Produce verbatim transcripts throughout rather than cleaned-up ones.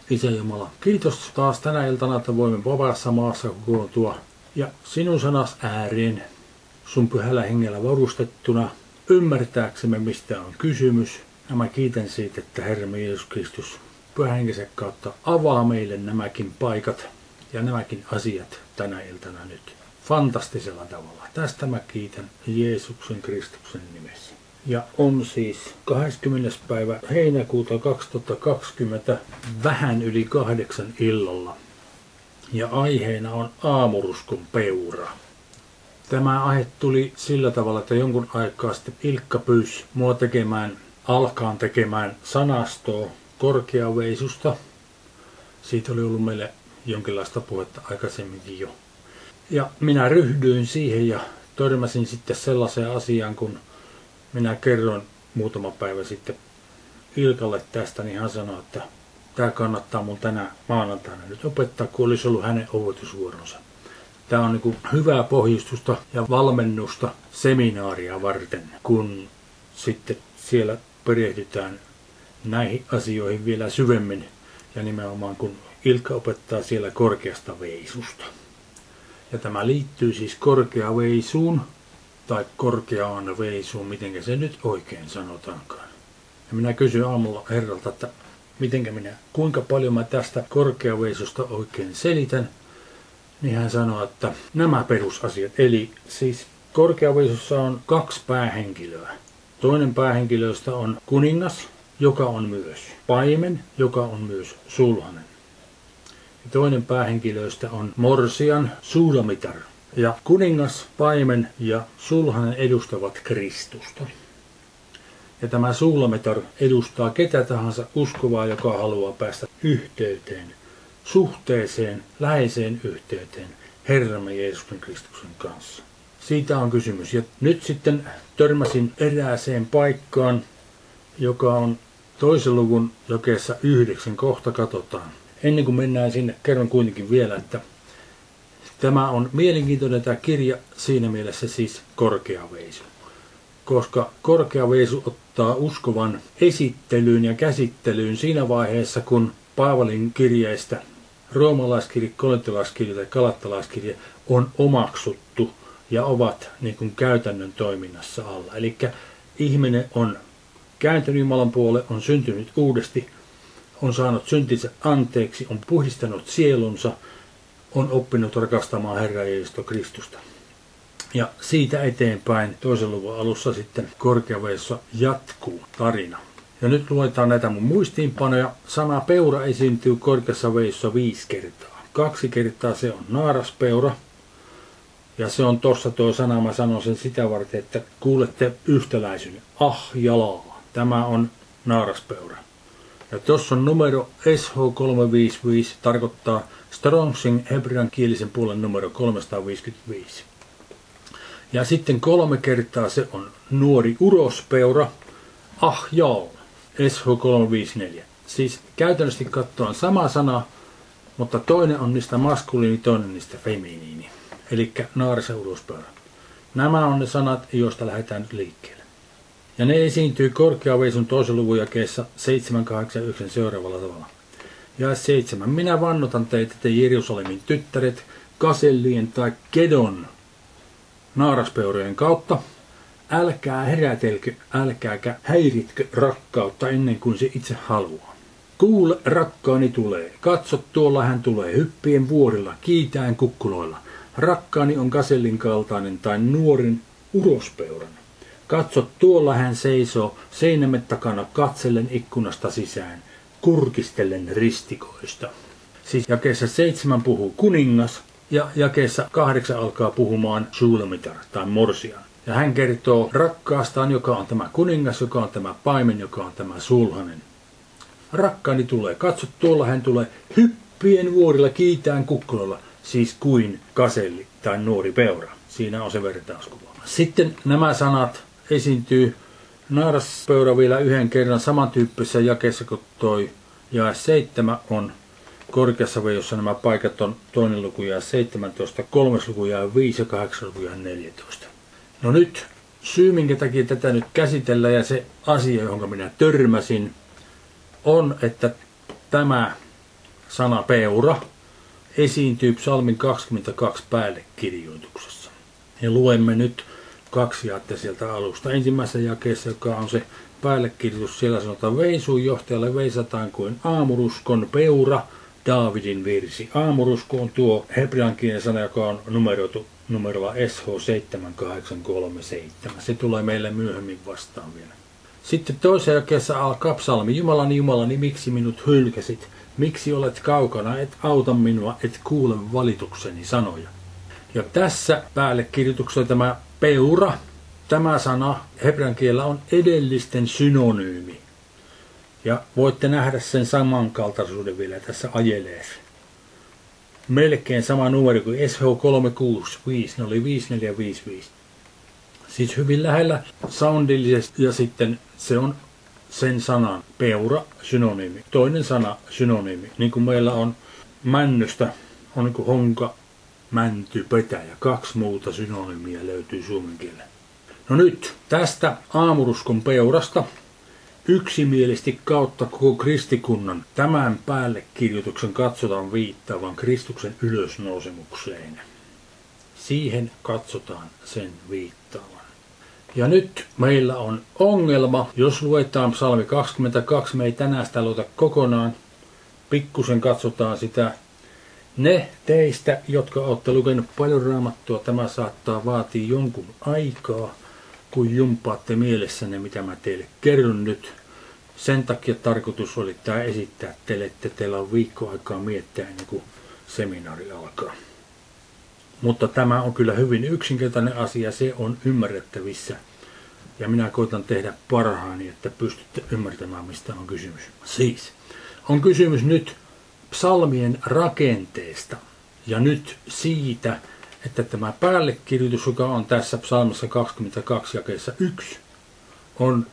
Isä Jumala, kiitos taas tänä iltana, että voimme vapaassa maassa kokoontua ja sinun sanas ääreen sun pyhällä hengellä varustettuna ymmärtääksemme, mistä on kysymys. Ja mä kiitän siitä, että Herramme Jeesus Kristus pyhän henkensä kautta avaa meille nämäkin paikat ja nämäkin asiat tänä iltana nyt fantastisella tavalla. Tästä mä kiitän Jeesuksen Kristuksen nimessä. Ja on siis kahdeskymmenes päivä heinäkuuta kaksituhattakaksikymmentä vähän yli kahdeksan illalla. Ja aiheena on aamuruskon peura. Tämä aihe tuli sillä tavalla, että jonkun aikaa sitten Ilkka pyysi mua tekemään, alkaan tekemään sanastoa korkeaveisusta. Siitä oli ollut meille jonkinlaista puhetta aikaisemminkin jo. Ja minä ryhdyin siihen ja törmäsin sitten sellaiseen asiaan, kun minä kerroin muutama päivä sitten Ilkalle tästä, niin hän sanoi, että tämä kannattaa mun tänä maanantaina nyt opettaa, kun olisi ollut hänen opetusvuoronsa. Tämä on niin kuin hyvää pohjustusta ja valmennusta seminaaria varten, kun sitten siellä perehdytään näihin asioihin vielä syvemmin ja nimenomaan kun Ilkka opettaa siellä korkeasta veisusta. Ja tämä liittyy siis korkeaveisuun tai korkeaan veisuun, miten se nyt oikein sanotaankaan. Ja minä kysyin aamulla Herralta, että mitenkä minä, kuinka paljon mä tästä korkeaveisusta oikein selitän. Niin hän sanoi, että nämä perusasiat, eli siis korkeaveisussa on kaksi päähenkilöä. Toinen päähenkilöistä on kuningas, joka on myös paimen, joka on myös sulhanen. Ja toinen päähenkilöistä on morsian, suulamitar. Ja kuningas, paimen ja sulhanen edustavat Kristusta. Ja tämä suulamitar edustaa ketä tahansa uskovaa, joka haluaa päästä yhteyteen, suhteeseen, läheiseen yhteyteen Herramme Jeesuksen Kristuksen kanssa. Siitä on kysymys. Ja nyt sitten törmäsin erääseen paikkaan, joka on toisen luvun jakeessa yhdeksän. Kohta katsotaan. Ennen kuin mennään sinne, kerron kuitenkin vielä, että tämä on mielenkiintoinen tämä kirja siinä mielessä siis korkeaveisu. Koska korkeaveisu ottaa uskovan esittelyyn ja käsittelyyn siinä vaiheessa, kun Paavalin kirjeistä roomalaiskirje, korintalaiskirje ja galattalaiskirje on omaksuttu ja ovat niin kuin käytännön toiminnassa alla. Eli ihminen on kääntynyt Jumalan puolelle, on syntynyt uudesti, on saanut syntinsä anteeksi, on puhdistanut sielunsa, on oppinut rakastamaan Herra Jeesusta Kristusta. Ja siitä eteenpäin toisen luvun alussa sitten korkeaveisussa jatkuu tarina. Ja nyt luetaan näitä mun muistiinpanoja. Sana peura esiintyy korkeassa veisussa viisi kertaa. Kaksi kertaa se on naaraspeura. Ja se on tossa tuo sana, mä sanon sen sitä varten, että kuulette yhtäläisyyden. Ah jalaa. Tämä on naaraspeura. Ja tuossa on numero S H kolmesataaviisikymmentäviisi, tarkoittaa Strongsin hebrean kielisen puolen numero kolmesataaviisikymmentäviisi. Ja sitten kolme kertaa se on nuori urospeura, ahjal, S H kolmesataaviisikymmentäneljä. Siis käytännössä katsoen sama sana, mutta toinen on niistä maskuliini, toinen niistä feminiini. Eli naaras ja urospeura. Nämä on ne sanat, joista lähdetään nyt liikkeelle. Ja ne esiintyy korkeaveisun toisen luvun jakeessa seitsemän, kahdeksan, yhdeksän seuraavalla tavalla. Ja seitsemän. Minä vannotan teitä, te Jerusalemin tyttäret, kasellien tai kedon naaraspeurojen kautta. Älkää herätelkö, älkääkä häiritkö rakkautta ennen kuin se itse haluaa. Kuule, rakkaani tulee. Katso, tuolla hän tulee hyppien vuorilla, kiitäen kukkuloilla. Rakkaani on kasellin kaltainen tai nuorin urospeuran. Katso, tuolla hän seisoo seinämme takana katsellen ikkunasta sisään, kurkistellen ristikoista. Siis jakeessa seitsemän puhuu kuningas ja jakeessa kahdeksan alkaa puhumaan suulamitar tai morsian. Ja hän kertoo rakkaastaan, joka on tämä kuningas, joka on tämä paimen, joka on tämä sulhanen. Rakkaani tulee, katso, tuolla hän tulee hyppien vuorilla kiitään kukkulolla, siis kuin kaselli tai nuori peura. Siinä on se vertauskuva. Sitten nämä sanat esiintyy naaraspeura vielä yhden kerran samantyyppisessä jakeessa kuin toi jae seitsemän on korkeassa veijossa. Nämä paikat on toinen luku jae seitsemäntoista, kolmas luku jae viisi ja kahdeksan luku jae neljätoista. No nyt syy, minkä takia tätä nyt käsitellään ja se asia, johon minä törmäsin, on, että tämä sana peura esiintyy psalmin kaksikymmentäkaksi päällekirjoituksessa. Ja luemme nyt kaksi jaetta sieltä alusta. Ensimmäisessä jakeessa, joka on se päällekirjoitus, siellä sanotaan veisuun johtajalle veisataan kuin aamuruskon peura, Daavidin virsi. Aamurusko on tuo hebreankielinen sana, joka on numeroitu numerolla S H seitsemän kahdeksan kolme seitsemän. Se tulee meille myöhemmin vastaan vielä. Sitten toisessa jakeessa alkaa psalmi. Jumalani, Jumalani, miksi minut hylkäsit? Miksi olet kaukana, et auta minua, et kuule valitukseni sanoja? Ja tässä päällekirjoituksessa tämä peura, tämä sana hebrean kielellä on edellisten synonyymi. Ja voitte nähdä sen samankaltaisuuden vielä tässä ajelees. Melkein sama numero kuin S H kolme kuusi viisi, ne oli viisi neljä viisi viisi. Siis hyvin lähellä soundillisesti ja sitten se on sen sanan peura synonyymi. Toinen sana synonyymi, niin kuin meillä on männystä, on niin kuin honka, mänty, petäjä. Kaksi muuta synonyymiä löytyy suomen kielellä. No nyt tästä aamuruskon peurasta yksimielisesti kautta koko kristikunnan tämän päällekirjoituksen katsotaan viittaavan Kristuksen ylösnousemukseen. Siihen katsotaan sen viittaavan. Ja nyt meillä on ongelma, jos luetaan psalmi kaksikymmentäkaksi, me ei tänään sitä lueta kokonaan, pikkusen katsotaan sitä. Ne teistä, jotka olette lukenut paljon raamattua, tämä saattaa vaatia jonkun aikaa, kun jumpaatte mielessänne, mitä mä teille kerron nyt. Sen takia tarkoitus oli tämä esittää teille, että teillä on viikko aikaa miettiä ennen kuin seminaari alkaa. Mutta tämä on kyllä hyvin yksinkertainen asia, se on ymmärrettävissä. Ja minä koitan tehdä parhaani, että pystytte ymmärtämään, mistä on kysymys. Siis, on kysymys nyt psalmien rakenteesta ja nyt siitä, että tämä päällekirjoitus, joka on tässä psalmassa kaksikymmentäkaksi jakeessa yksi, on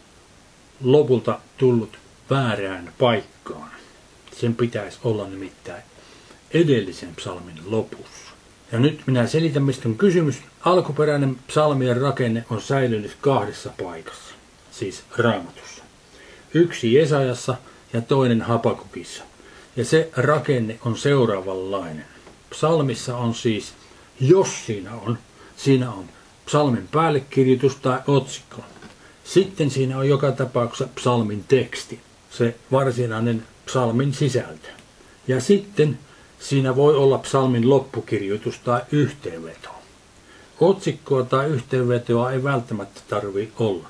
lopulta tullut väärään paikkaan. Sen pitäisi olla nimittäin edellisen psalmin lopussa. Ja nyt minä selitän, mistä on kysymys. Alkuperäinen psalmien rakenne on säilynyt kahdessa paikassa, siis Raamatussa. Yksi Jesajassa ja toinen Habakukissa. Ja se rakenne on seuraavanlainen. Psalmissa on siis, jos siinä on, siinä on psalmin päällekirjoitus tai otsikko. Sitten siinä on joka tapauksessa psalmin teksti, se varsinainen psalmin sisältö. Ja sitten siinä voi olla psalmin loppukirjoitus tai yhteenveto. Otsikkoa tai yhteenvetoa ei välttämättä tarvitse olla.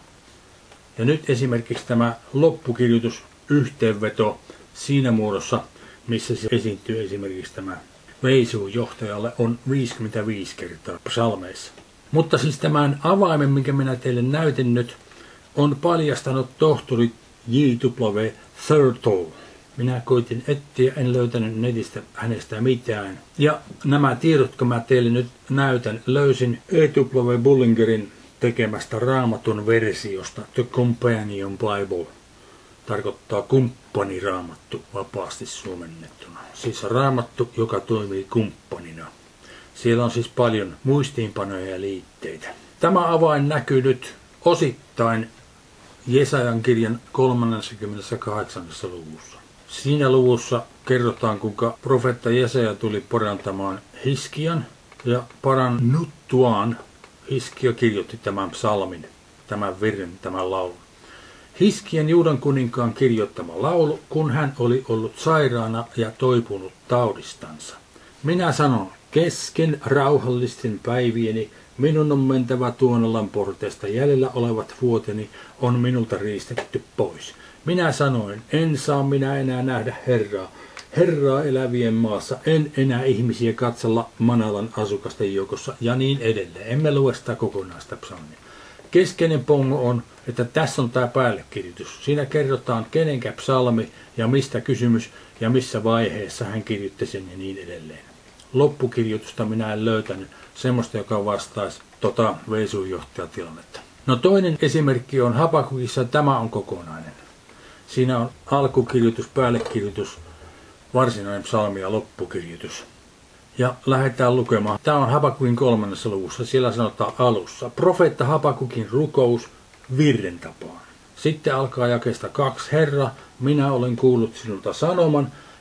Ja nyt esimerkiksi tämä loppukirjoitus, yhteenveto siinä muodossa, missä se esiintyy esimerkiksi tämä veisuun johtajalle, on viisikymmentäviisi kertaa psalmeissa. Mutta siis tämän avaimen, minkä minä teille näytin nyt, on paljastanut tohtori J W Thurtle. Minä koitin etsiä, en löytänyt netistä hänestä mitään. Ja nämä tiedot, jotka mä teille nyt näytän, löysin E W Bullingerin tekemästä Raamatun versiosta The Companion Bible. Tarkoittaa kumppaniraamattu vapaasti suomennettuna. Siis raamattu, joka toimii kumppanina. Siellä on siis paljon muistiinpanoja ja liitteitä. Tämä avain näkyy nyt osittain Jesajan kirjan kolmaskymmeneskahdeksas luvussa. Siinä luvussa kerrotaan, kuinka profeetta Jesaja tuli parantamaan Hiskian ja parannuttuaan Hiskia kirjoitti tämän psalmin, tämän virren, tämän laulun. Hiskian Juudan kuninkaan kirjoittama laulu, kun hän oli ollut sairaana ja toipunut taudistansa. Minä sanon, kesken rauhallisten päivieni minun on mentävä Tuonalan porteesta, jäljellä olevat vuoteni on minulta riistetty pois. Minä sanoin, en saa minä enää nähdä Herraa, Herraa elävien maassa, en enää ihmisiä katsella Manalan asukasten joukossa ja niin edelleen. Emme lue sitä kokonaista psalmia. Keskeinen pongo on, että tässä on tämä päällekirjoitus. Siinä kerrotaan kenenkä psalmi ja mistä kysymys ja missä vaiheessa hän kirjoitti sen ja niin edelleen. Loppukirjoitusta minä en löytänyt semmoista, joka vastaisi tota veisuunjohtajatilannetta. No toinen esimerkki on Habakukissa, tämä on kokonainen. Siinä on alkukirjoitus, päällekirjoitus, varsinainen psalmi ja loppukirjoitus. Ja lähdetään lukemaan. Tämä on Habakukin kolmannessa luvussa. Siellä sanotaan alussa. Profeetta Habakukin rukous virren tapaan. Sitten alkaa jakeesta kaksi. Herra, minä olen kuullut sinulta sanoman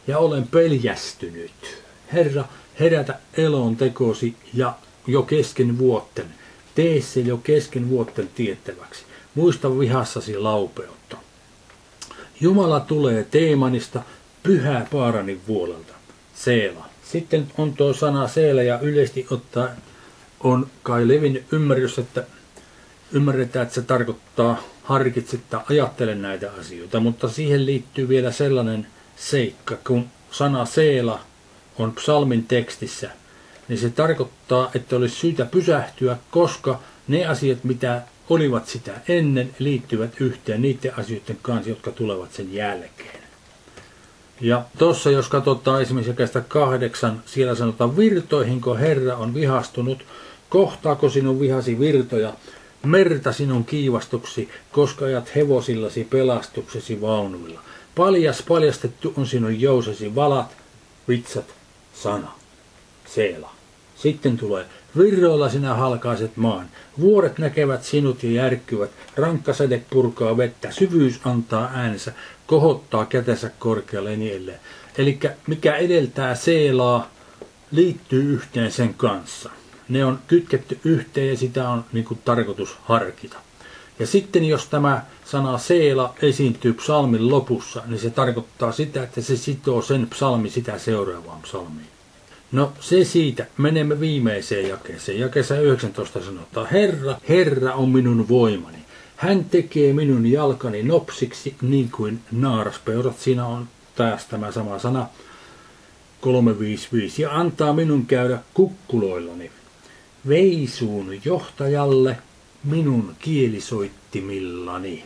ja olen peljästynyt. Herra, herätä elon tekosi ja jo kesken vuotten. Tee se jo kesken vuotten tiettäväksi. Muista vihassasi laupeutta. Jumala tulee Teemanista, pyhä Paaranin vuolelta. Seela. Sitten on tuo sana seela ja yleisesti ottaen on kai levinnyt ymmärrys, että ymmärretään, että se tarkoittaa harkitse tai ajattele näitä asioita, mutta siihen liittyy vielä sellainen seikka, kun sana seela on psalmin tekstissä, niin se tarkoittaa, että olisi syytä pysähtyä, koska ne asiat, mitä olivat sitä ennen, liittyvät yhteen niiden asioiden kanssa, jotka tulevat sen jälkeen. Ja tuossa jos katsotaan esimerkiksi jakeesta kahdeksan, siellä sanotaan virtoihinko Herra on vihastunut, kohtaako sinun vihasi virtoja, merta sinun kiivastuksi, koska ajat hevosillasi pelastuksesi vaunuilla. Paljas paljastettu on sinun jousesi valat, vitsat, sana, seela. Sitten tulee, virroilla sinä halkaiset maan, vuoret näkevät sinut ja järkkyvät, rankka säde purkaa vettä, syvyys antaa äänensä, kohottaa kätensä korkealle nielle. Eli mikä edeltää seelaa, liittyy yhteen sen kanssa. Ne on kytketty yhteen ja sitä on niin kuin tarkoitus harkita. Ja sitten jos tämä sana seela esiintyy psalmin lopussa, niin se tarkoittaa sitä, että se sitoo sen psalmi sitä seuraavaan psalmiin. No se siitä, menemme viimeiseen jakeeseen. Jakeessa yhdeksäntoista sanotaan, Herra, Herra on minun voimani. Hän tekee minun jalkani nopsiksi niin kuin naaraspeurat. Siinä on taas tämä sama sana, kolme viisi viisi. Ja antaa minun käydä kukkuloillani. Veisuun johtajalle minun kielisoittimillani.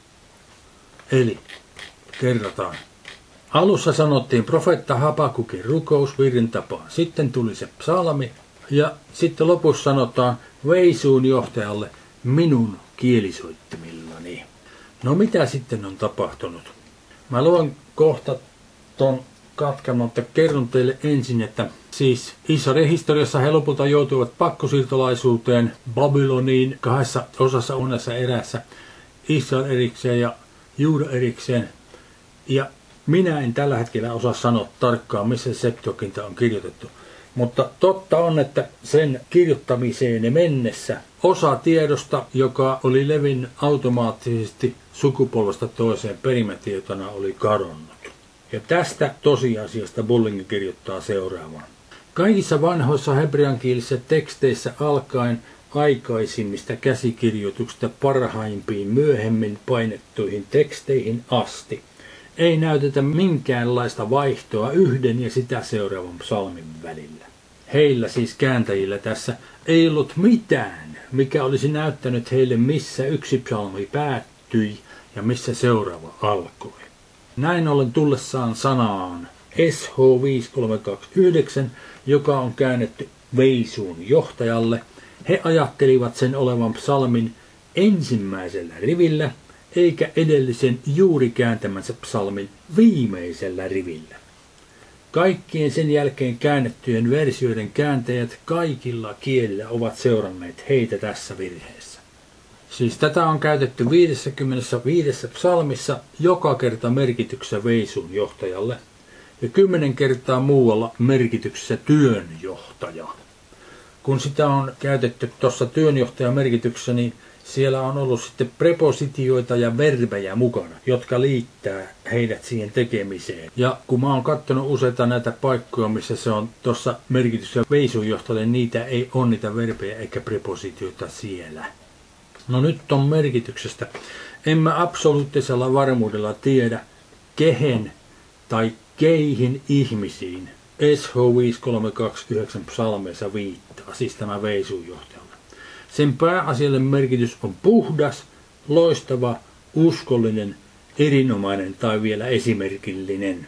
Eli kerrataan. Alussa sanottiin profeetta Habakukin rukous virren tapaan. Sitten tuli se psalmi ja sitten lopussa sanotaan veisuun johtajalle minun kielisoittimillani. No mitä sitten on tapahtunut? Mä luen kohta ton katkelman, mutta kerron teille ensin, että siis Israelin historiassa he lopulta joutuivat pakkosiirtolaisuuteen Babyloniin kahdessa osassa unnessa erässä, Israel erikseen ja Juuda erikseen. Ja minä en tällä hetkellä osaa sanoa tarkkaan, missä Septuaginta on kirjoitettu. Mutta totta on, että sen kirjoittamiseen mennessä osa tiedosta, joka oli levinnyt automaattisesti sukupolvesta toiseen perimätietona, oli kadonnut. Ja tästä tosiasiasta Bullinger kirjoittaa seuraavaan. Kaikissa vanhoissa hebreankielisissä teksteissä alkaen aikaisimmista käsikirjoituksista parhaimpiin myöhemmin painettuihin teksteihin asti ei näytetä minkäänlaista vaihtoa yhden ja sitä seuraavan psalmin välillä. Heillä siis kääntäjillä tässä ei ollut mitään, mikä olisi näyttänyt heille missä yksi psalmi päättyi ja missä seuraava alkoi. Näin ollen tullessaan sanaan S H viisi kolme kaksi yhdeksän, joka on käännetty veisuun johtajalle, he ajattelivat sen olevan psalmin ensimmäisellä rivillä, eikä edellisen juuri kääntämänsä psalmin viimeisellä rivillä. Kaikkien sen jälkeen käännettyjen versioiden kääntäjät kaikilla kielillä ovat seuranneet heitä tässä virheessä. Siis tätä on käytetty viidessäkymmenessäviidessä psalmissa joka kerta merkityksessä veisuun johtajalle ja kymmenen kertaa muualla merkityksessä työnjohtaja. Kun sitä on käytetty tuossa työnjohtajan merkityksessä, niin siellä on ollut sitten prepositioita ja verbejä mukana, jotka liittää heidät siihen tekemiseen. Ja kun mä oon katsonut useita näitä paikkoja, missä se on tuossa merkityksessä veisuunjohtajalle, niitä ei ole niitä verbejä eikä prepositioita siellä. No nyt on merkityksestä. En mä absoluuttisella varmuudella tiedä, kehen tai keihin ihmisiin S H viisi kolme kaksi yhdeksän psalmeissa viittaa, siis tämä veisuunjohtajalle. Sen pääasiallinen merkitys on puhdas, loistava, uskollinen, erinomainen tai vielä esimerkillinen.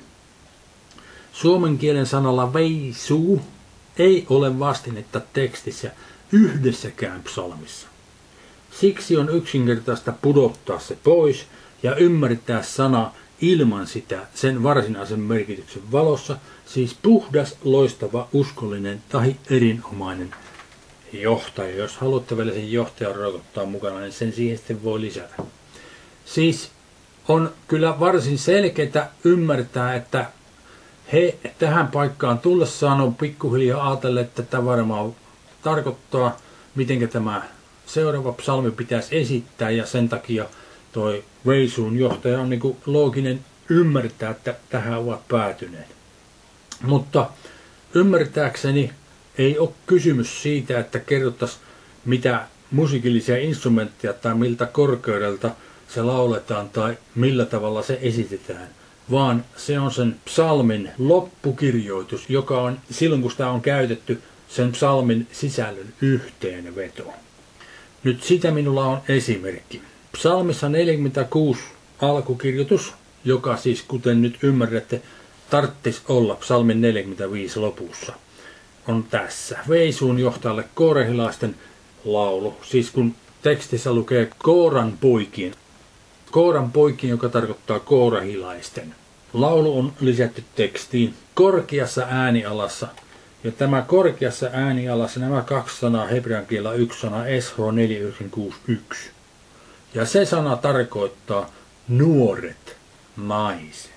Suomen kielen sanalla veisuu ei ole vastinetta tekstissä yhdessäkään psalmissa. Siksi on yksinkertaista pudottaa se pois ja ymmärtää sana ilman sitä sen varsinaisen merkityksen valossa, siis puhdas, loistava, uskollinen tai erinomainen johtaja. Jos haluatte vielä sen johtajan rokottaa mukana, niin sen siihen sitten voi lisätä. Siis on kyllä varsin selkeää ymmärtää, että he tähän paikkaan tullessaan on pikkuhiljaa ajatelleet, että tätä varmaan tarkoittaa, miten tämä seuraava psalmi pitäisi esittää, ja sen takia toi Veisuun johtaja on niin kuin looginen ymmärtää, että tähän ovat päätyneet. Mutta ymmärtääkseni ei ole kysymys siitä, että kerrottaisiin mitä musiikillisia instrumentteja tai miltä korkeudelta se lauletaan tai millä tavalla se esitetään, vaan se on sen psalmin loppukirjoitus, joka on silloin kun sitä on käytetty sen psalmin sisällön yhteenvetoon. Nyt sitä minulla on esimerkki. Psalmissa neljäkymmentäkuusi alkukirjoitus, joka siis kuten nyt ymmärrätte, tarttis olla psalmin neljäkymmentäviisi lopussa, on tässä. Veisuun johtajalle koorehilaisten laulu, siis kun tekstissä lukee Kooran poikien. Kooran poikien, joka tarkoittaa koorahilaisten. Laulu on lisätty tekstiin korkeassa äänialassa. Ja tämä korkeassa äänialassa, nämä kaksi sanaa hebrean kielellä, yksi sana S H neljä yhdeksän kuusi yksi. Ja se sana tarkoittaa nuoret naiset.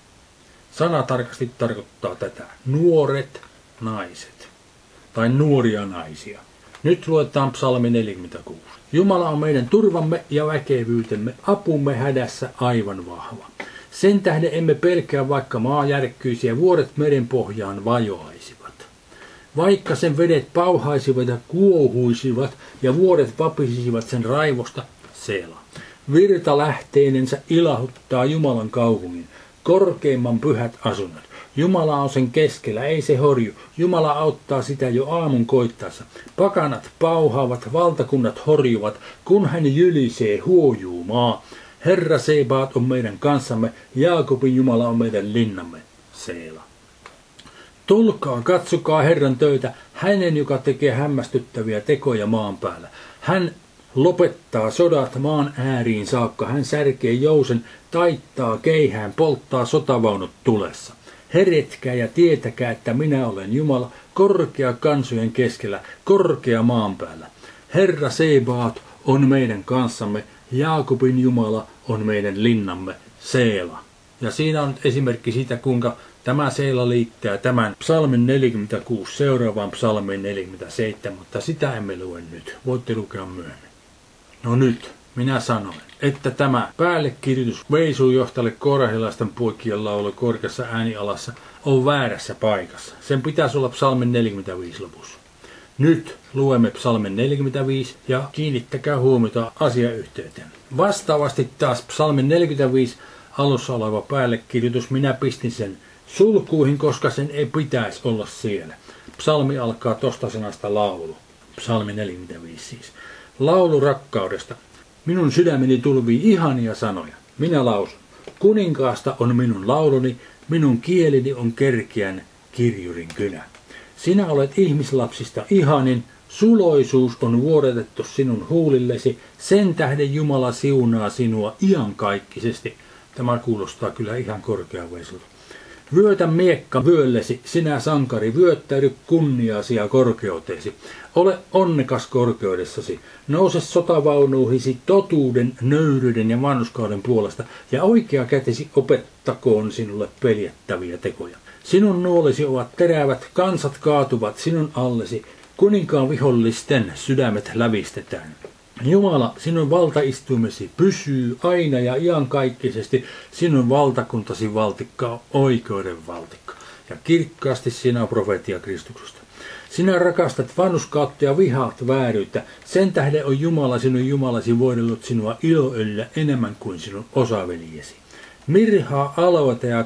Sana tarkasti tarkoittaa tätä. Nuoret naiset. Tai nuoria naisia. Nyt luetaan psalmi neljäkymmentäkuusi. Jumala on meidän turvamme ja väkevyytemme, apumme hädässä aivan vahva. Sen tähden emme pelkää, vaikka maa järkkyisi ja vuoret meren pohjaan vajoaisivat. Vaikka sen vedet pauhaisivat ja kuohuisivat ja vuoret vapisisivat sen raivosta, Seela. Virta lähteinensä ilahuttaa Jumalan kaupungin, korkeimman pyhät asunnot. Jumala on sen keskellä, ei se horju. Jumala auttaa sitä jo aamun koittaessa. Pakanat pauhaavat, valtakunnat horjuvat, kun hän jylisee, huojuu maa. Herra Sebaat on meidän kanssamme, Jaakobin Jumala on meidän linnamme, Seela. Tulkaa, katsokaa Herran töitä, hänen, joka tekee hämmästyttäviä tekoja maan päällä. Hän lopettaa sodat maan ääriin saakka, hän särkee jousen, taittaa keihään, polttaa sotavaunut tulessa. Heretkää ja tietäkää, että minä olen Jumala, korkea kansojen keskellä, korkea maan päällä. Herra Sebaat on meidän kanssamme, Jaakobin Jumala on meidän linnamme, Seela. Ja siinä on esimerkki siitä, kuinka tämä Seela liittää tämän psalmin neljäkymmentäkuusi seuraavaan psalmiin neljäkymmentäseitsemän, mutta sitä emme lue nyt. Voitte lukea myöhemmin. No nyt, minä sanoin, että tämä päällekirjoitus Veisuun johtajalle koorahilaisten poikien laulu korkeassa äänialassa on väärässä paikassa. Sen pitäisi olla psalmin neljäkymmentäviisi lopussa. Nyt luemme psalmin neljäkymmentäviisi ja kiinnittäkää huomiota asiayhteyteen. Vastaavasti taas psalmin neljäkymmentäviisi alussa oleva päällekirjoitus, minä pistin sen sulkuihin, koska sen ei pitäisi olla siellä. Psalmi alkaa tosta sanasta laulu. Psalmi neljäkymmentäviisi siis. Laulu rakkaudesta. Minun sydämeni tulvii ihania sanoja. Minä lausun. Kuninkaasta on minun lauluni, minun kielini on kerkeän kirjurin kynä. Sinä olet ihmislapsista ihanin, suloisuus on vuodatettu sinun huulillesi, sen tähden Jumala siunaa sinua iankaikkisesti. Tämä kuulostaa kyllä ihan korkeaveisulta. Vyötä miekka vyöllesi, sinä sankari, vyöttäydy kunniaasi ja korkeuteesi. Ole onnekas korkeudessasi, nouse sotavaunuihisi totuuden, nöyryyden ja vanhuskauden puolesta, ja oikea kätesi opettakoon sinulle peljättäviä tekoja. Sinun nuolesi ovat terävät, kansat kaatuvat sinun allesi, kuninkaan vihollisten sydämet lävistetään. Jumala, sinun valtaistuimesi pysyy aina ja iankaikkisesti, sinun valtakuntasi valtikka on oikeuden valtikka, ja kirkkaasti sinä on profeetia Kristuksesta. Sinä rakastat vanhuskautta ja vihaat vääryyttä, sen tähden on Jumala sinun Jumalasi voidellut sinua iloöljyllä enemmän kuin sinun osaveljesi. Mirhaa, aloita ja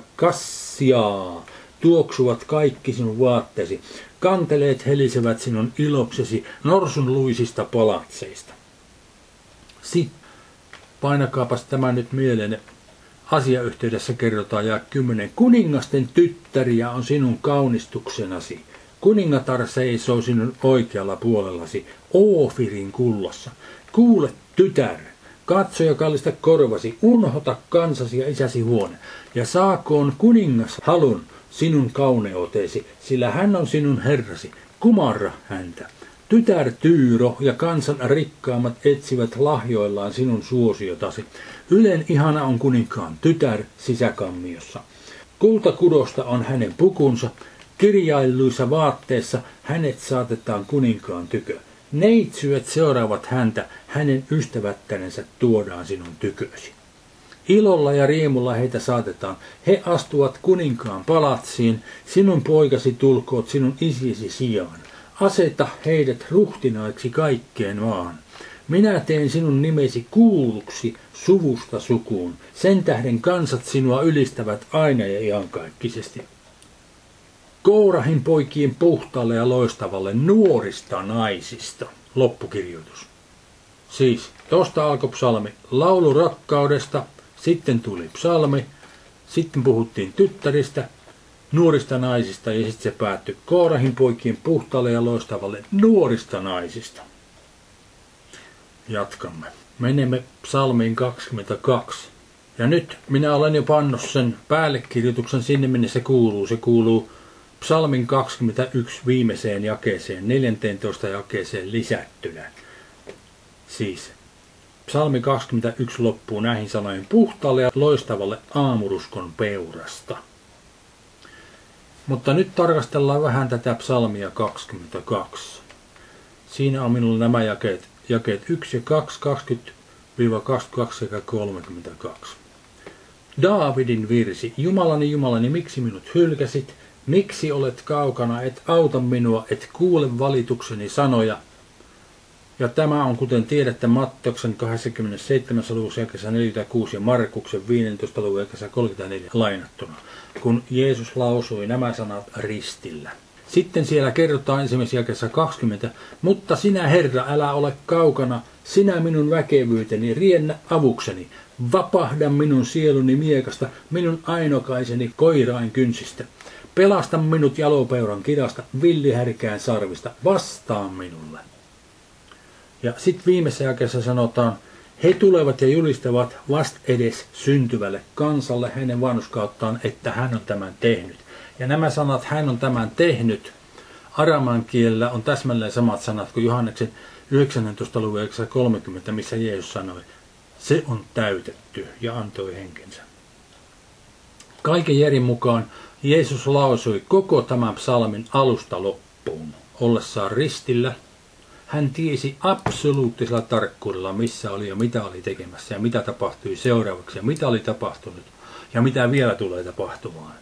kassiaa tuoksuvat kaikki sinun vaatteesi, kanteleet helisevät sinun iloksesi norsun luisista palatseista. Sitten painakaapas tämä nyt mieleen. Asiayhteydessä kerrotaan ja kymmenen. Kuningasten tyttäriä on sinun kaunistuksenasi. Kuningatar seisoo sinun oikealla puolellasi, Oofirin kullassa. Kuule, tytär, katso ja kallista korvasi, unhota kansasi ja isäsi huone, ja saakoon kuningas halun sinun kauneuteesi, sillä hän on sinun herrasi, kumarra häntä. Tytär Tyyro ja kansan rikkaammat etsivät lahjoillaan sinun suosiotasi. Ylen ihana on kuninkaan tytär sisäkammiossa. Kultakudosta on hänen pukunsa, kirjailluissa vaatteissa hänet saatetaan kuninkaan tykö. Neitsyöt seuraavat häntä, hänen ystävättänensä tuodaan sinun tykösi. Ilolla ja riemulla heitä saatetaan. He astuvat kuninkaan palatsiin, sinun poikasi tulkoot sinun isiesi sijaan. Aseta heidät ruhtinaiksi kaikkeen maahan. Minä teen sinun nimesi kuulluksi suvusta sukuun. Sen tähden kansat sinua ylistävät aina ja iankaikkisesti. Koorahin poikien puhtaalle ja loistavalle nuorista naisista. Loppukirjoitus. Siis tosta alkoi psalmi laulu rakkaudesta, sitten tuli psalmi, sitten puhuttiin tyttäristä, nuorista naisista ja sitten se päättyi Koorahin poikien puhtaalle ja loistavalle nuorista naisista. Jatkamme. Menemme psalmiin kaksikymmentäkaksi. Ja nyt minä olen jo pannut sen päällekirjoituksen sinne, minne se kuuluu. Se kuuluu psalmin kaksikymmentäyksi viimeiseen jakeeseen, neljänteentoista jakeeseen lisättynä. Siis psalmi kaksikymmentäyksi loppuu näihin sanoihin puhtaalle ja loistavalle aamuruskon peurasta. Mutta nyt tarkastellaan vähän tätä psalmia kaksikymmentäkaksi. Siinä on minulla nämä jakeet, jakeet yksi ja kaksi, kaksikymmentä kaksikymmentäkaksi sekä kolmekymmentäkaksi. Daavidin virsi. Jumalani, Jumalani, miksi minut hylkäsit? Miksi olet kaukana, et auta minua, et kuule valitukseni sanoja? Ja tämä on, kuten tiedätte, Matteuksen kaksikymmentäseitsemän luvussa jakeessa neljäkymmentäkuusi ja Markuksen viisitoista luvun jakeessa kolmekymmentäneljä lainattuna, kun Jeesus lausui nämä sanat ristillä. Sitten siellä kerrotaan ensimmäisessä jakeessa kaksikymmentä, mutta sinä Herra, älä ole kaukana, sinä minun väkevyyteni, riennä avukseni, vapahda minun sieluni miekasta, minun ainokaiseni koirain kynsistä. Pelasta minut jalopeuran kidasta, villihärkään sarvista, vastaa minulle. Ja sitten viimeisessä jakeessa sanotaan, he tulevat ja julistavat vast edes syntyvälle kansalle hänen vanhurskauttaan, että hän on tämän tehnyt. Ja nämä sanat, hän on tämän tehnyt, araman kielellä on täsmälleen samat sanat kuin Johanneksen yhdeksännentoista luvun kolmekymmentä, missä Jeesus sanoi, se on täytetty ja antoi henkensä. Kaiken järjen mukaan Jeesus lausui koko tämän psalmin alusta loppuun ollessaan ristillä. Hän tiesi absoluuttisella tarkkuudella, missä oli ja mitä oli tekemässä ja mitä tapahtui seuraavaksi ja mitä oli tapahtunut ja mitä vielä tulee tapahtumaan.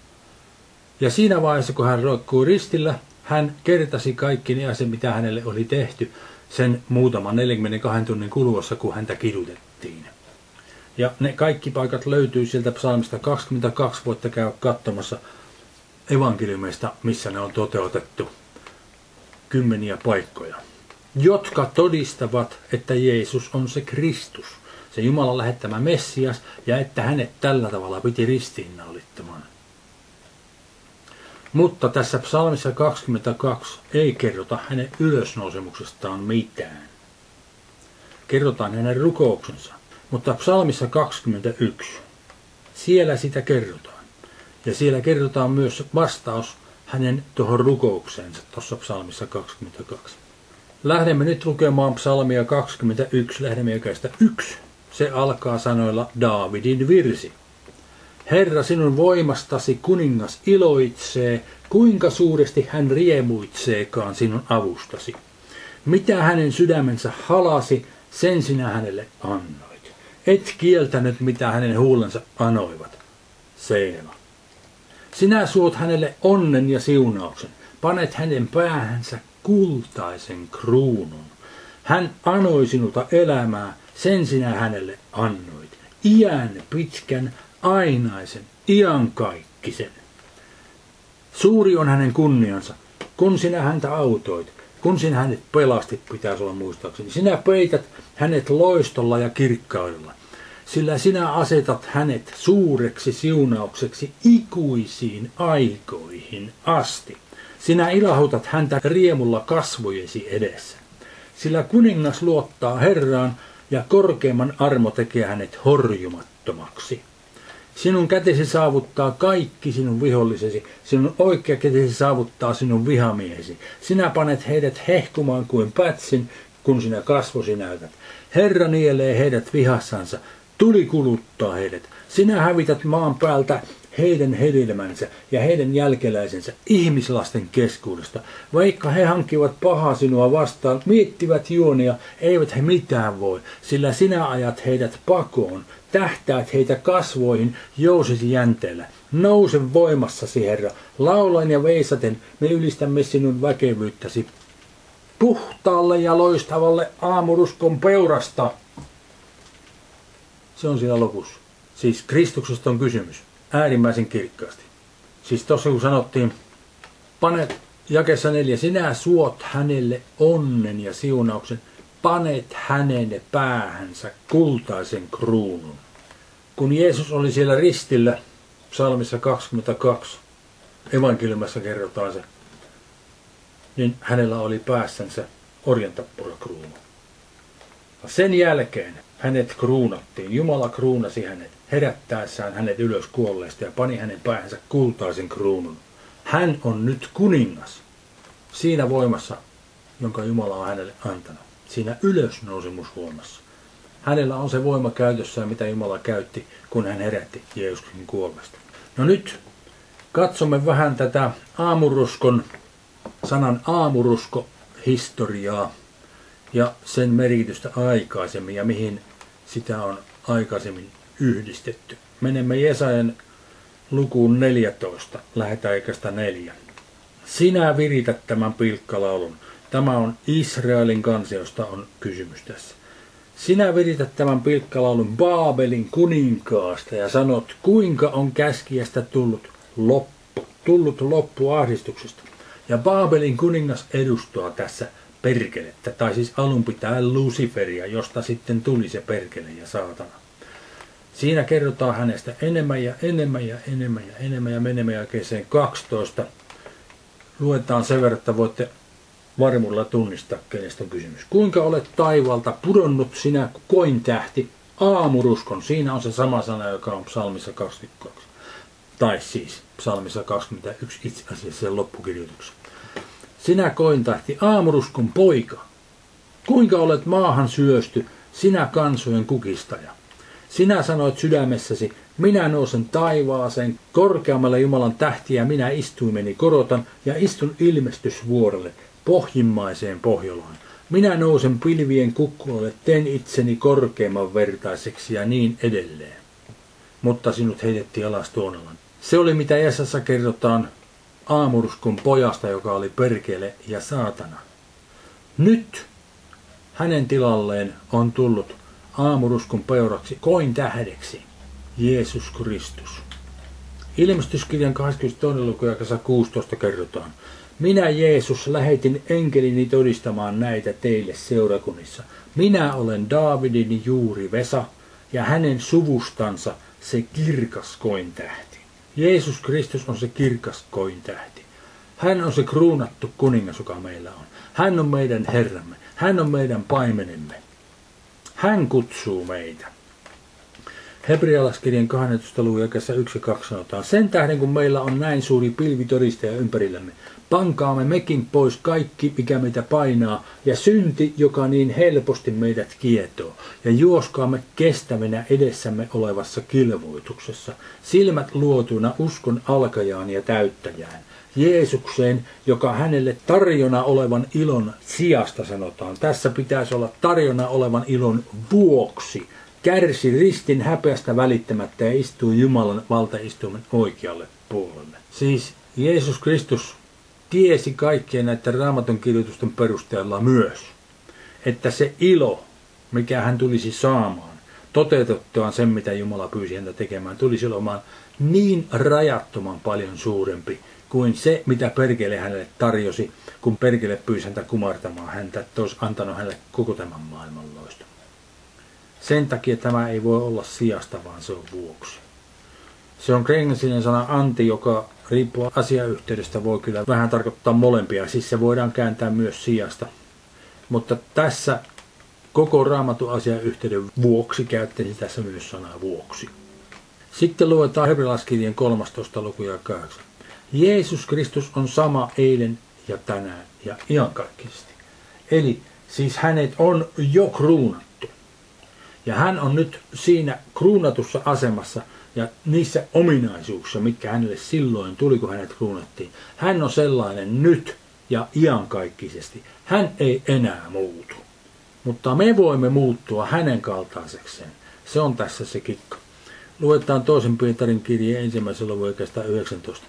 Ja siinä vaiheessa, kun hän roikkui ristillä, hän kertasi kaikki ne asiat, mitä hänelle oli tehty sen muutaman neljänkymmenenkahden tunnin kuluessa, kun häntä kidutettiin. Ja ne kaikki paikat löytyy sieltä psalmista kaksikymmentäkaksi, voitte käydä katsomassa evankeliumeista, missä ne on toteutettu. Kymmeniä paikkoja, jotka todistavat, että Jeesus on se Kristus, se Jumalan lähettämä Messias, ja että hänet tällä tavalla piti ristiinnaulittamaan. Mutta tässä psalmissa kaksikymmentäkaksi ei kerrota hänen ylösnousemuksestaan mitään. Kerrotaan hänen rukouksensa. Mutta psalmissa kaksikymmentäyksi, siellä sitä kerrotaan. Ja siellä kerrotaan myös vastaus hänen tuohon rukoukseensa tuossa psalmissa kaksikymmentäkaksi. Lähdemme nyt lukemaan psalmia kaksikymmentäyksi, lähdemme jakeesta yksi. Se alkaa sanoilla Daavidin virsi. Herra, sinun voimastasi kuningas iloitsee, kuinka suuresti hän riemuitseekaan sinun avustasi. Mitä hänen sydämensä halasi, sen sinä hänelle annoit. Et kieltänyt, mitä hänen huulensa anoivat. Seela. Sinä suot hänelle onnen ja siunauksen. Panet hänen päähänsä kultaisen kruunun. Hän anoi sinulta elämää, sen sinä hänelle annoit. Iän pitkän, ainaisen, iankaikkisen. Suuri on hänen kunniansa, kun sinä häntä autoit, kun sinä hänet pelastit, pitäisi olla muistaakseni. Sinä peität hänet loistolla ja kirkkaudella, sillä sinä asetat hänet suureksi siunaukseksi ikuisiin aikoihin asti. Sinä ilahutat häntä riemulla kasvojesi edessä, sillä kuningas luottaa Herraan ja korkeimman armo tekee hänet horjumattomaksi. Sinun kätesi saavuttaa kaikki sinun vihollisesi, sinun oikea kätesi saavuttaa sinun vihamiehesi. Sinä panet heidät hehkumaan kuin pätsin, kun sinä kasvosi näytät. Herra nielee heidät vihassansa, tuli kuluttaa heidät. Sinä hävität maan päältä heidän hedelmänsä ja heidän jälkeläisensä ihmislasten keskuudesta. Vaikka he hankkivat pahaa sinua vastaan, miettivät juonia, eivät he mitään voi, sillä sinä ajat heidät pakoon, tähtäät heitä kasvoihin jousesi jänteellä. Nouse voimassasi, Herra, laulain ja veisaten me ylistämme sinun väkevyyttäsi. Puhtaalle ja loistavalle aamuruskon peurasta. Se on siinä lopussa. Siis Kristuksesta on kysymys. Äärimmäisen kirkkaasti. Siis tuossa kun sanottiin, panet jakeessa neljä, sinä suot hänelle onnen ja siunauksen, panet hänelle päähänsä kultaisen kruunun. Kun Jeesus oli siellä ristillä, psalmissa kaksikymmentäkaksi, evankeliumissa kerrotaan se, niin hänellä oli päässänsä orjantappurakruunu. Sen jälkeen hänet kruunattiin. Jumala kruunasi hänet herättäessään hänet ylös kuolleesta ja pani hänen päähänsä kultaisen kruunun. Hän on nyt kuningas siinä voimassa, jonka Jumala on hänelle antanut. Siinä ylösnousemusvoimassa. Hänellä on se voima käytössään, mitä Jumala käytti, kun hän herätti Jeesuksen kuolleesta. No nyt katsomme vähän tätä aamuruskon, sanan aamurusko historiaa ja sen merkitystä aikaisemmin ja mihin sitä on aikaisemmin yhdistetty. Menemme Jesajan lukuun neljätoista, lähdetään ekasta neljä. Sinä virität tämän pilkkalaulun. Tämä on Israelin kansa, josta on kysymys tässä. Sinä virität tämän pilkkalaulun Baabelin kuninkaasta ja sanot, kuinka on käskijästä tullut loppu, tullut loppu ahdistuksesta. Ja Baabelin kuningas edustaa tässä perkelettä, tai siis alun pitäen Luciferia, josta sitten tuli se perkele ja saatana. Siinä kerrotaan hänestä enemmän ja enemmän ja enemmän ja enemmän ja menemme jakeeseen kaksitoista. Luetaan sen verran, että voitte varmuudella tunnistaa, kenestä on kysymys. Kuinka olet taivaalta pudonnut sinä kointähti aamuruskon? Siinä on se sama sana, joka on psalmissa kaksikymmentäkaksi. Tai siis psalmissa kaksikymmentäyksi itse asiassa sen loppukirjoituksessa. Sinä kointähti aamuruskon poika. Kuinka olet maahan syösty, sinä kansojen kukistaja? Sinä sanoit sydämessäsi, minä nousen taivaaseen, korkeammalle Jumalan tähtiä minä istuimeni korotan ja istun ilmestysvuorelle, pohjimmaiseen Pohjolaan. Minä nousen pilvien kukkuloille, teen itseni korkeimman vertaiseksi ja niin edelleen. Mutta sinut heitettiin alas tuonelan. Se oli mitä Jesassa kerrotaan aamuruskon pojasta, joka oli perkele ja saatana. Nyt hänen tilalleen on tullut aamuruskon peuraksi, koin tähdeksi, Jeesus Kristus. Ilmestyskirjan kahdeskymmenestoinen luku ja kuusitoista kerrotaan. Minä Jeesus lähetin enkelini todistamaan näitä teille seurakunnissa. Minä olen Daavidin juuri Vesa ja hänen suvustansa se kirkas kointähti. Jeesus Kristus on se kirkas kointähti. Hän on se kruunattu kuningas, joka meillä on. Hän on meidän Herramme. Hän on meidän paimenemme. Hän kutsuu meitä. Hebrealaiskirjan kahdennentoista luvun jakeessa yksi ja kaksi sanotaan, sen tähden kun meillä on näin suuri pilvi todistaja ympärillämme, pankaamme mekin pois kaikki, mikä meitä painaa, ja synti, joka niin helposti meidät kietoo, ja juoskaamme kestävinä edessämme olevassa kilvoituksessa, silmät luotuina uskon alkajaan ja täyttäjään, Jeesukseen, joka hänelle tarjona olevan ilon sijasta sanotaan. Tässä pitäisi olla tarjona olevan ilon vuoksi. Kärsi ristin häpeästä välittämättä ja istui Jumalan valtaistuimen oikealle puolelle. Siis Jeesus Kristus tiesi kaikkien näiden Raamatun kirjoitusten perusteella myös, että se ilo, mikä hän tulisi saamaan, toteutettuaan sen, mitä Jumala pyysi häntä tekemään, tulisi olemaan niin rajattoman paljon suurempi kuin se, mitä perkele hänelle tarjosi, kun perkele pyysi häntä kumartamaan häntä, että olisi antanut hänelle koko tämän maailman loiston. Sen takia tämä ei voi olla sijasta, vaan se on vuoksi. Se on kreikkansinen sana anti, joka riippuu asiayhteydestä, voi kyllä vähän tarkoittaa molempia. Siis se voidaan kääntää myös sijasta. Mutta tässä koko Raamatun asiayhteyden vuoksi käyttäisi tässä myös sanaa vuoksi. Sitten luetaan Hebrealaiskirjan kolmastoista luku ja kahdeksan. Jeesus Kristus on sama eilen ja tänään ja iankaikkisesti. Eli siis hänet on jo kruunattu. Ja hän on nyt siinä kruunatussa asemassa, ja niissä ominaisuuksissa, mitkä hänelle silloin tuli, kun hänet kruunattiin. Hän on sellainen nyt ja iankaikkisesti. Hän ei enää muutu. Mutta me voimme muuttua hänen kaltaisekseen. Se on tässä se kikka. Luetaan toisen Pietarin kirjeen ensimmäisen luvun oikeastaan yhdeksäntoista.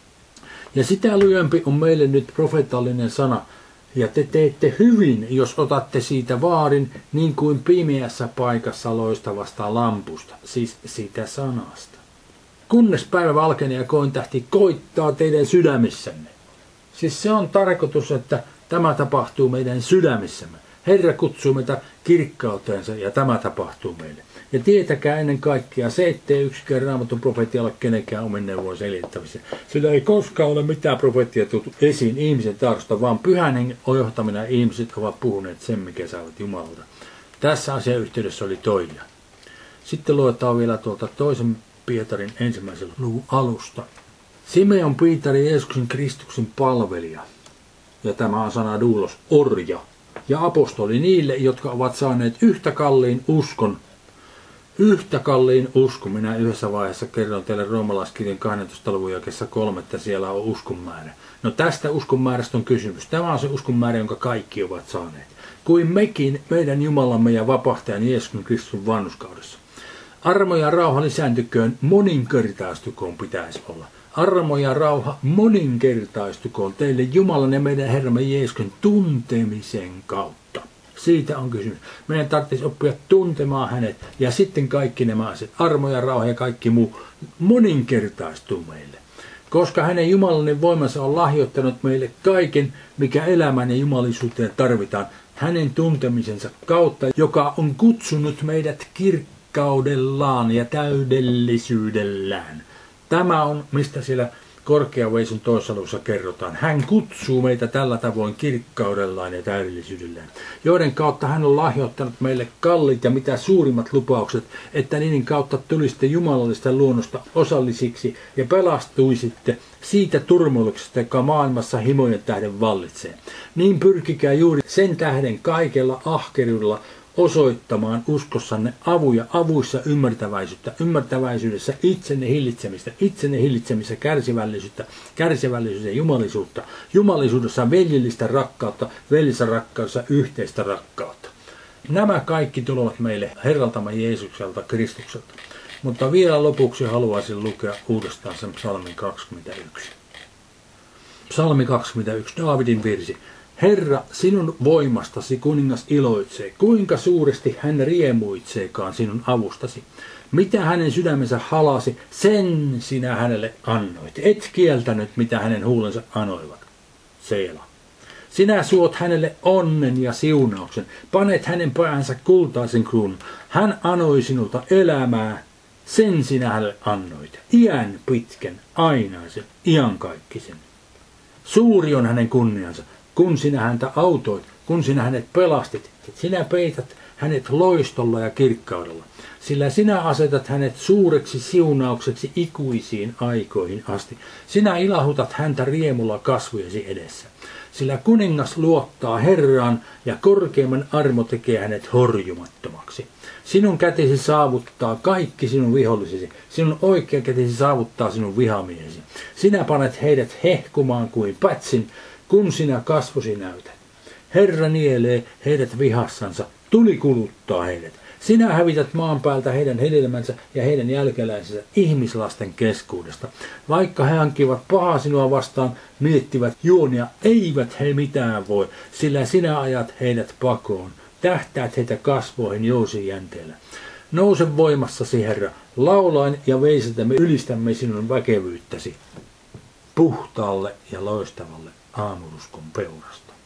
Ja sitä lyömpi on meille nyt profeetallinen sana. Ja te teette hyvin, jos otatte siitä vaarin, niin kuin pimeässä paikassa loistavasta lampusta, siis siitä sanasta. Kunnes päivä valkenee ja kointähti koittaa teidän sydämissänne. Siis se on tarkoitus, että tämä tapahtuu meidän sydämissämme. Herra kutsuu meitä kirkkauteensa ja tämä tapahtuu meille. Ja tietäkää ennen kaikkea se, ettei yksikään Raamatun profeetti ole kenenkään omin neuvoin selittävissä. Sillä ei koskaan ole mitään profeettia tullut esiin ihmisen tahdosta, vaan pyhän hengen johtamina ihmiset ovat puhuneet sen, mikä saavat Jumalalta. Tässä asiayhteydessä oli toija. Sitten luetaan vielä tuolta toisen Pietarin ensimmäisen luvun alusta. Simeon Pietari Jeesuksen Kristuksen palvelija. Ja tämä on sana doulos, orja. Ja apostoli niille, jotka ovat saaneet yhtä kalliin uskon. Yhtä kalliin uskon. Minä yhdessä vaiheessa kerron teille roomalaiskirjan kahdennentoista luvun jakeessa kolme, että siellä on uskon määrä. No tästä uskon määrästä on kysymys. Tämä on se uskon määrä, jonka kaikki ovat saaneet. Kuin mekin, meidän Jumalamme ja vapahtajan Jeesuksen Kristuksen vanhuskaudessa. Armo ja rauha lisääntyköön, moninkertaistukoon pitäisi olla. Armo ja rauha moninkertaistukoon teille Jumalan ja meidän Herramme Jeesuksen tuntemisen kautta. Siitä on kysymys. Meidän tarvitsisi oppia tuntemaan hänet ja sitten kaikki nämä asiat, armo ja rauha ja kaikki muu, moninkertaistuu meille. Koska hänen jumalallinen voimansa on lahjoittanut meille kaiken, mikä elämään ja jumalisuuteen tarvitaan, hänen tuntemisensa kautta, joka on kutsunut meidät kirkkaudellaan ja täydellisyydellään. Tämä on, mistä siellä Korkeaveisun toisessa luvussa kerrotaan. Hän kutsuu meitä tällä tavoin kirkkaudellaan ja täydellisyydellään, joiden kautta hän on lahjoittanut meille kalliit ja mitä suurimmat lupaukset, että niiden kautta tulisitte jumalallista luonnosta osallisiksi ja pelastuisitte siitä turmoluksesta, joka maailmassa himojen tähden vallitsee. Niin pyrkikää juuri sen tähden kaikella ahkeruudella osoittamaan uskossanne avuja avuissa ymmärtäväisyyttä, ymmärtäväisyydessä itsenne hillitsemistä, itsenne hillitsemistä kärsivällisyyttä, kärsivällisyyttä ja jumalisuutta, jumalisuudessa veljellistä rakkautta, veljissä rakkaudessa yhteistä rakkautta. Nämä kaikki tulevat meille Herraltamme Jeesukselta, Kristukselta. Mutta vielä lopuksi haluaisin lukea uudestaan sen psalmin kaksikymmentäyksi. Psalmi kaksikymmentäyksi, Daavidin virsi. Herra, sinun voimastasi kuningas iloitsee, kuinka suuresti hän riemuitseekaan sinun avustasi. Mitä hänen sydämensä halasi, sen sinä hänelle annoit. Et kieltänyt, mitä hänen huulensa anoivat. Seela. Sinä suot hänelle onnen ja siunauksen, panet hänen päänsä kultaisen kruunun. Hän anoi sinulta elämää, sen sinä hänelle annoit. Iän pitkän, ainaisen, iankaikkisen. Suuri on hänen kunniansa. Kun sinä häntä autoit, kun sinä hänet pelastit, sinä peität hänet loistolla ja kirkkaudella, sillä sinä asetat hänet suureksi siunaukseksi ikuisiin aikoihin asti. Sinä ilahutat häntä riemulla kasvojesi edessä, sillä kuningas luottaa Herraan ja korkeimman armo tekee hänet horjumattomaksi. Sinun kätesi saavuttaa kaikki sinun vihollisesi, sinun oikea kätesi saavuttaa sinun vihamiehesi. Sinä panet heidät hehkumaan kuin pätsin, kun sinä kasvosi näytät. Herra nielee heidät vihassansa, tuli kuluttaa heidät. Sinä hävität maan päältä heidän hedelmänsä ja heidän jälkeläisensä ihmislasten keskuudesta. Vaikka he hankkivat pahaa sinua vastaan, miettivät juonia, eivät he mitään voi, sillä sinä ajat heidät pakoon. Tähtäät heitä kasvoihin jousijänteellä. Nouse voimassasi, Herra, laulain ja veiseltämme ylistämme sinun väkevyyttäsi puhtaalle ja loistavalle aamuruskon peurasta.